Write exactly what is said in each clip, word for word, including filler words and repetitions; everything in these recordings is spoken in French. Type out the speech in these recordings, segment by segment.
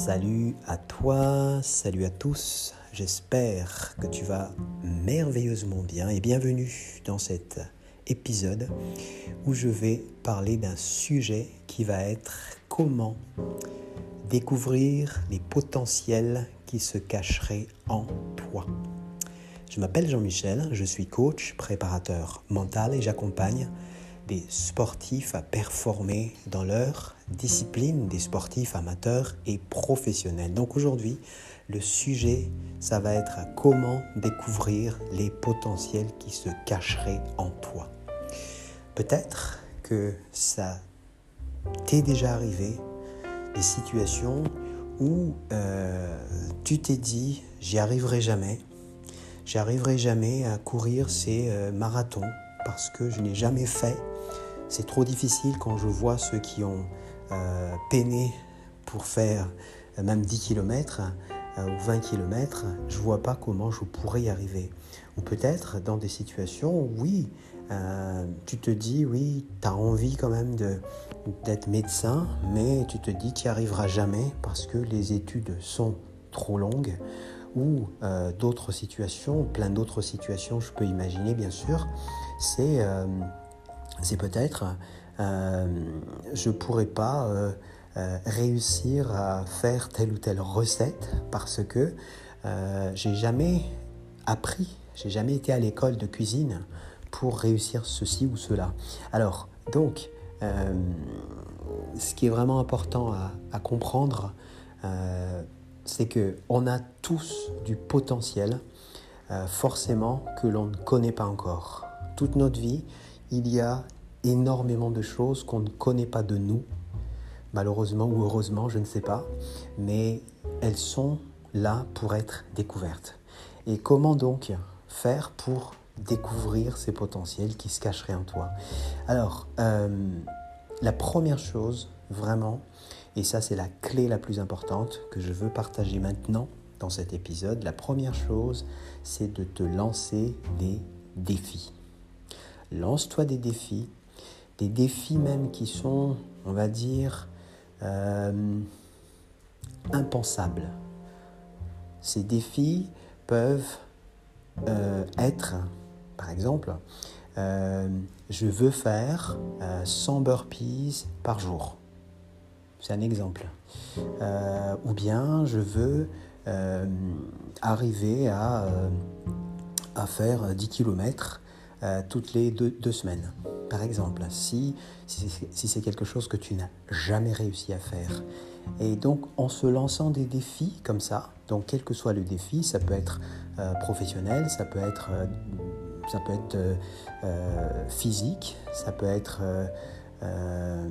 Salut à toi, salut à tous, j'espère que tu vas merveilleusement bien et bienvenue dans cet épisode où je vais parler d'un sujet qui va être comment découvrir les potentiels qui se cacheraient en toi. Je m'appelle Jean-Michel, je suis coach, préparateur mental et j'accompagne des sportifs à performer dans leur discipline, des sportifs amateurs et professionnels. Donc aujourd'hui, le sujet, ça va être comment découvrir les potentiels qui se cacheraient en toi. Peut-être que ça t'est déjà arrivé, des situations où euh, tu t'es dit « j'y arriverai jamais ». J'y arriverai jamais à courir ces euh, marathons parce que je n'ai jamais fait. C'est trop difficile quand je vois ceux qui ont euh, peiné pour faire euh, même dix kilomètres euh, ou vingt kilomètres. Je ne vois pas comment je pourrais y arriver. Ou peut-être dans des situations où, oui, euh, tu te dis, oui, tu as envie quand même de, d'être médecin, mais tu te dis tu n'y arriveras jamais parce que les études sont trop longues. Ou euh, d'autres situations, plein d'autres situations, je peux imaginer bien sûr, c'est, euh, c'est peut-être, euh, je ne pourrais pas euh, euh, réussir à faire telle ou telle recette parce que euh, j'ai jamais appris, j'ai jamais été à l'école de cuisine pour réussir ceci ou cela. Alors, donc, euh, ce qui est vraiment important à, à comprendre, euh, c'est qu'on a tous du potentiel, euh, forcément, que l'on ne connaît pas encore. Toute notre vie, il y a énormément de choses qu'on ne connaît pas de nous, malheureusement ou heureusement, je ne sais pas, mais elles sont là pour être découvertes. Et comment donc faire pour découvrir ces potentiels qui se cacheraient en toi ? Alors, euh, la première chose, vraiment, et ça, c'est la clé la plus importante que je veux partager maintenant dans cet épisode. La première chose, c'est de te lancer des défis. Lance-toi des défis, des défis même qui sont, on va dire, euh, impensables. Ces défis peuvent euh, être, par exemple, euh, je veux faire euh, cent burpees par jour. C'est un exemple. Euh, ou bien je veux euh, arriver à, euh, à faire dix kilomètres euh, toutes les deux, deux semaines. Par exemple, si, si, si c'est quelque chose que tu n'as jamais réussi à faire. Et donc, en se lançant des défis comme ça, donc quel que soit le défi, ça peut être euh, professionnel, ça peut être, euh, ça peut être euh, euh, physique, ça peut être... Euh, euh,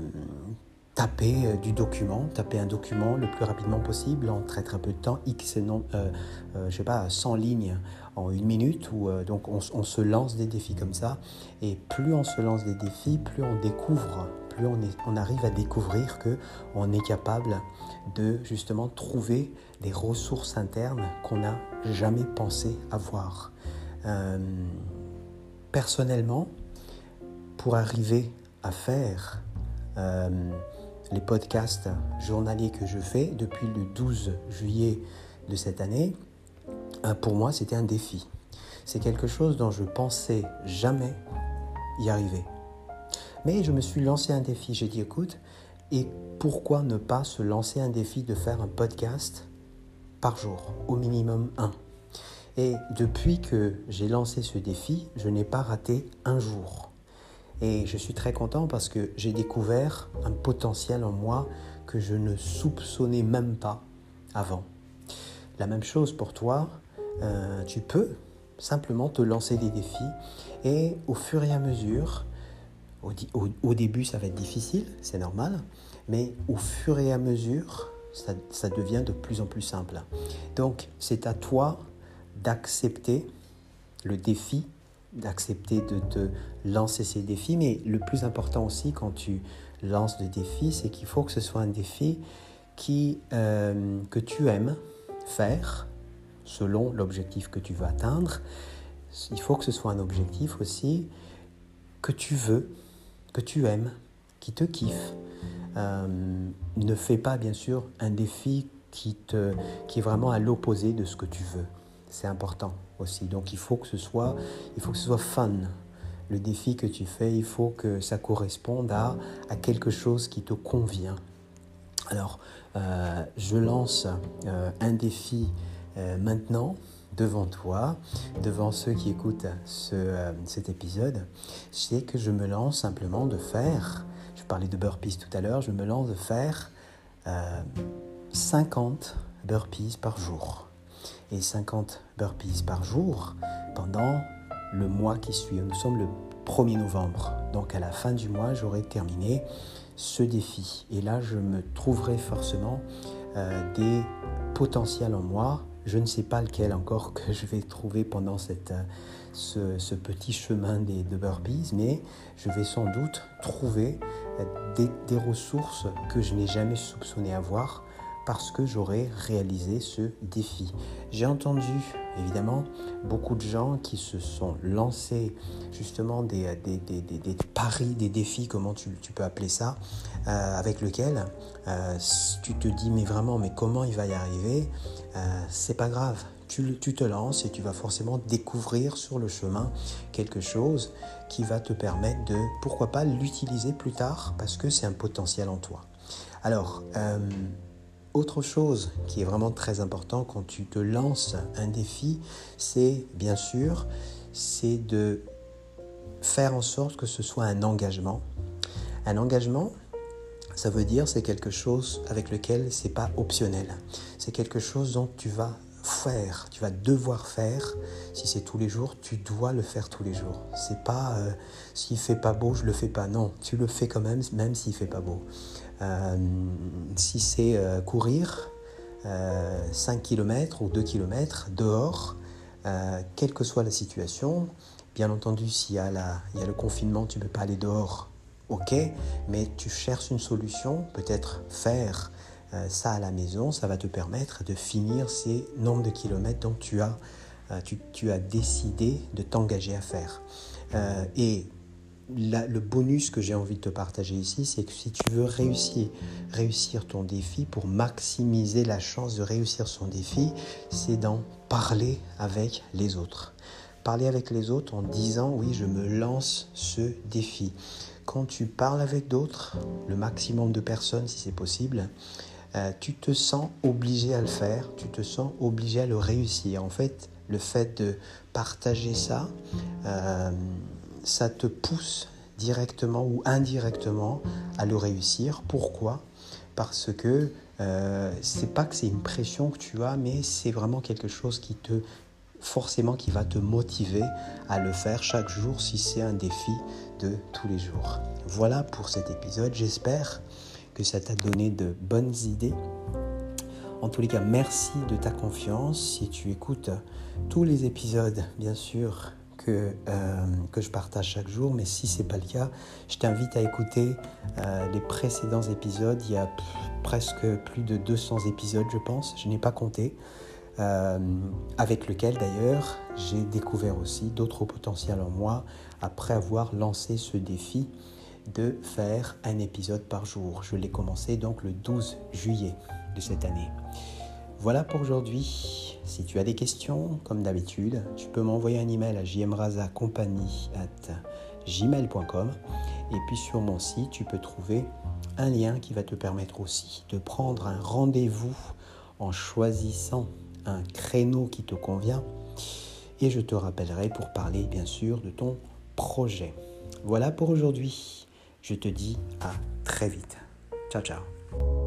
Taper euh, du document, taper un document le plus rapidement possible en très très peu de temps, X, non, euh, euh, je sais pas, cent lignes en une minute. Ou, euh, donc on, on se lance des défis comme ça. Et plus on se lance des défis, plus on découvre, plus on, est, on arrive à découvrir qu'on est capable de justement trouver des ressources internes qu'on n'a jamais pensé avoir. Euh, personnellement, pour arriver à faire... Euh, les podcasts journaliers que je fais depuis le douze juillet de cette année, pour moi, c'était un défi. C'est quelque chose dont je pensais jamais y arriver. Mais je me suis lancé un défi. J'ai dit, écoute, et pourquoi ne pas se lancer un défi de faire un podcast par jour, au minimum un. Et depuis que j'ai lancé ce défi, je n'ai pas raté un jour. Et je suis très content parce que j'ai découvert un potentiel en moi que je ne soupçonnais même pas avant. La même chose pour toi, euh, tu peux simplement te lancer des défis et au fur et à mesure, au, au, au début ça va être difficile, c'est normal, mais au fur et à mesure, ça, ça devient de plus en plus simple. Donc c'est à toi d'accepter le défi, d'accepter de te lancer ces défis, mais le plus important aussi quand tu lances des défis, c'est qu'il faut que ce soit un défi qui, euh, que tu aimes faire selon l'objectif que tu veux atteindre. Il faut que ce soit un objectif aussi que tu veux, que tu aimes, qui te kiffe. Euh, ne fais pas bien sûr un défi qui, te, qui est vraiment à l'opposé de ce que tu veux. C'est important aussi. Donc il faut que ce soit, il faut que ce soit fun. Le défi que tu fais, il faut que ça corresponde à, à quelque chose qui te convient. Alors, euh, je lance euh, un défi euh, maintenant devant toi, devant ceux qui écoutent ce, euh, cet épisode. C'est que je me lance simplement de faire, je parlais de burpees tout à l'heure, je me lance de faire euh, cinquante burpees par jour. Et cinquante burpees par jour pendant le mois qui suit. Nous sommes le premier novembre. Donc à la fin du mois, j'aurai terminé ce défi. Et là, je me trouverai forcément euh, des potentiels en moi. Je ne sais pas lequel encore que je vais trouver pendant cette, euh, ce, ce petit chemin des, de burpees, mais je vais sans doute trouver euh, des, des ressources que je n'ai jamais soupçonné avoir parce que j'aurai réalisé ce défi. J'ai entendu, évidemment, beaucoup de gens qui se sont lancés justement des, des, des, des, des paris, des défis, comment tu, tu peux appeler ça, euh, avec lequel euh, tu te dis, mais vraiment, mais comment il va y arriver ? euh, C'est pas grave. Tu, tu te lances et tu vas forcément découvrir sur le chemin quelque chose qui va te permettre de, pourquoi pas, l'utiliser plus tard parce que c'est un potentiel en toi. Alors, euh, autre chose qui est vraiment très important quand tu te lances un défi, c'est bien sûr, c'est de faire en sorte que ce soit un engagement. Un engagement, ça veut dire c'est quelque chose avec lequel c'est pas optionnel. C'est quelque chose dont tu vas faire, tu vas devoir faire. Si c'est tous les jours, tu dois le faire tous les jours. C'est pas euh, s'il fait pas beau, je le fais pas. Non, tu le fais quand même, même s'il fait pas beau. Euh, si c'est euh, courir euh, cinq kilomètres ou deux kilomètres dehors, euh, quelle que soit la situation, bien entendu, s'il y a, la, il y a le confinement, tu ne peux pas aller dehors, ok, mais tu cherches une solution, peut-être faire euh, ça à la maison, ça va te permettre de finir ces nombres de kilomètres dont tu as, euh, tu, tu as décidé de t'engager à faire. Euh, et La, le bonus que j'ai envie de te partager ici, c'est que si tu veux réussir, réussir ton défi, pour maximiser la chance de réussir son défi, c'est d'en parler avec les autres. Parler avec les autres en disant « oui, je me lance ce défi ». Quand tu parles avec d'autres, le maximum de personnes si c'est possible, euh, tu te sens obligé à le faire, tu te sens obligé à le réussir. En fait, le fait de partager ça, euh, ça te pousse directement ou indirectement à le réussir. Pourquoi ? Parce que euh, c'est pas que c'est une pression que tu as, mais c'est vraiment quelque chose qui te, forcément, qui va te motiver à le faire chaque jour si c'est un défi de tous les jours. Voilà pour cet épisode. J'espère que ça t'a donné de bonnes idées. En tous les cas, merci de ta confiance. Si tu écoutes tous les épisodes, bien sûr, Que, euh, que je partage chaque jour, mais si ce n'est pas le cas, je t'invite à écouter euh, les précédents épisodes. Il y a p- presque plus de deux cents épisodes, je pense, je n'ai pas compté, euh, avec lequel d'ailleurs j'ai découvert aussi d'autres potentiels en moi après avoir lancé ce défi de faire un épisode par jour. Je l'ai commencé donc le douze juillet de cette année. Voilà pour aujourd'hui. Si tu as des questions, comme d'habitude, tu peux m'envoyer un email à j m raza compagnie arobase gmail point com et puis sur mon site, tu peux trouver un lien qui va te permettre aussi de prendre un rendez-vous en choisissant un créneau qui te convient et je te rappellerai pour parler bien sûr de ton projet. Voilà pour aujourd'hui. Je te dis à très vite. Ciao, ciao.